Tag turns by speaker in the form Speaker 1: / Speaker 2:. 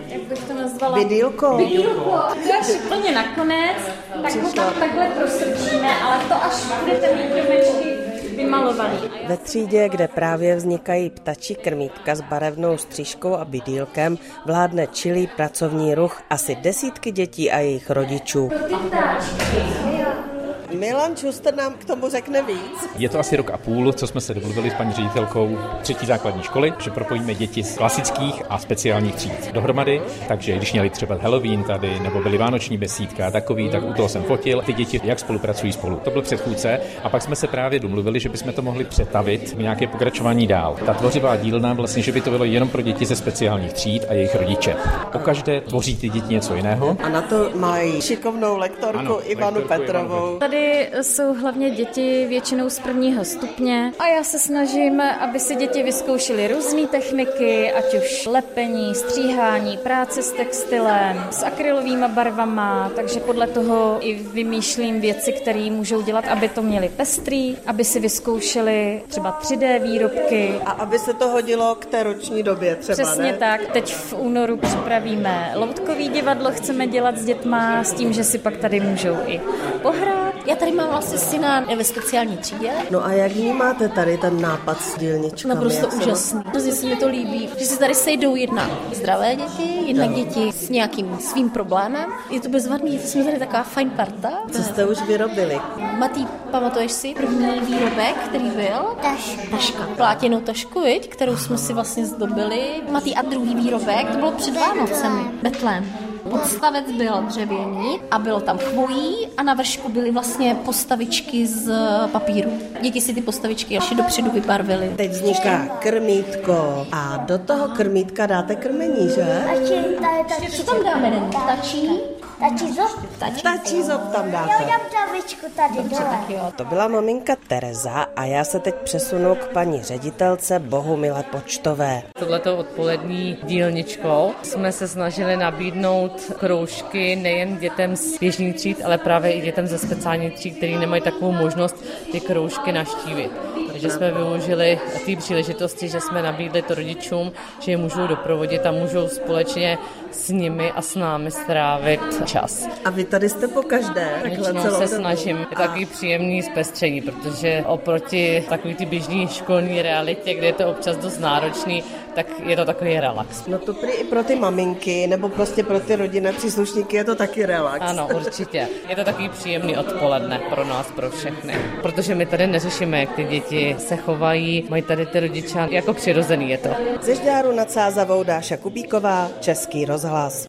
Speaker 1: jak bych to nazvala?
Speaker 2: Bydýlko.
Speaker 1: To až úplně nakonec, tak ho tam takhle prostrčíme, ale to až budete mít domečky vymalovaný.
Speaker 2: Ve třídě, kde právě vznikají ptačí krmítka s barevnou střížkou a bydýlkem, vládne čilý pracovní ruch asi desítky dětí a jejich rodičů. Milan Šuster nám k tomu řekne víc.
Speaker 3: Je to asi rok a půl, co jsme se domluvili s paní ředitelkou 3. základní školy, že propojíme děti z klasických a speciálních tříd dohromady, takže když měli třeba Halloween tady, nebo byly vánoční besídka takový, tak u toho jsem fotil. Ty děti jak spolupracují spolu. To byl předchůdce a pak jsme se právě domluvili, že bychom to mohli přetavit v nějaké pokračování dál. Ta tvořivá dílna vlastně, že by to bylo jenom pro děti ze speciálních tříd a jejich rodiče. Pokaždé tvoří ty děti něco jiného.
Speaker 2: A na to mají šikovnou lektorku Ivanu Petrovou.
Speaker 1: Tady jsou hlavně děti většinou z 1. stupně a já se snažím, aby si děti vyzkoušely různé techniky, ať už lepení, stříhání, práce s textilem, s akrylovými barvama, takže podle toho i vymýšlím věci, které můžou dělat, aby to měli pestrý, aby si vyzkoušeli třeba 3D výrobky.
Speaker 2: A aby se to hodilo k té roční době třeba,
Speaker 1: Přesně
Speaker 2: ne?
Speaker 1: tak. Teď v únoru připravíme loutkový divadlo, chceme dělat s dětma s tím, že si pak tady můžou i pohrát.
Speaker 4: Já tady mám vlastně syna ve speciální třídě.
Speaker 2: No a jak vnímáte tady ten nápad s dílničkami?
Speaker 4: Naprosto úžasný. Hrozně se mi to líbí, že se tady sejdou jednak zdravé děti, jednak děti s nějakým svým problémem. Je to bezvadný, jsme tady taková fajn parta.
Speaker 2: Co jste už vyrobili?
Speaker 4: Matý, pamatuješ si první výrobek, který byl? Taška. Plátěnou tašku, viď, kterou jsme si vlastně zdobili. Matý a druhý výrobek, to bylo před Vánocemi. Betlém. Podstavec byl dřevěný a bylo tam chvojí a na vršku byly vlastně postavičky z papíru. Děti si ty postavičky ještě dopředu vybarvily.
Speaker 2: Teď vzniká krmítko a do toho krmítka dáte krmení, že?
Speaker 4: Co tam dáme, Deni?
Speaker 2: Ptačí zob tam dáte.
Speaker 5: Já dám tavičku tady dole.
Speaker 4: Tak jo.
Speaker 2: To byla maminka Tereza a já se teď přesunu k paní ředitelce Bohumile Počtové.
Speaker 6: Tohletou odpolední dílničkou jsme se snažili nabídnout kroužky nejen dětem z běžných tříd, ale právě i dětem ze speciálních tříd, který nemají takovou možnost ty kroužky navštívit. Takže jsme využili té příležitosti, že jsme nabídli to rodičům, že je můžou doprovodit a můžou společně s nimi a s námi strávit čas.
Speaker 2: A vy tady jste pokaždé?
Speaker 6: Většinou se snažím. Je takový příjemný zpestření, protože oproti takový ty běžný školní realitě, kde je to občas dost náročný, tak je to takový relax.
Speaker 2: No to prý i pro ty maminky, nebo prostě pro ty rodinné příslušníky je to taky relax.
Speaker 6: Ano, určitě. Je to takový příjemný odpoledne pro nás, pro všechny. Protože my tady neřešíme, jak ty děti se chovají, mají tady ty rodiče jako přirozený je to.
Speaker 2: Ze Žďáru nad Sázavou Dáša Kubíková, Český rozhlas.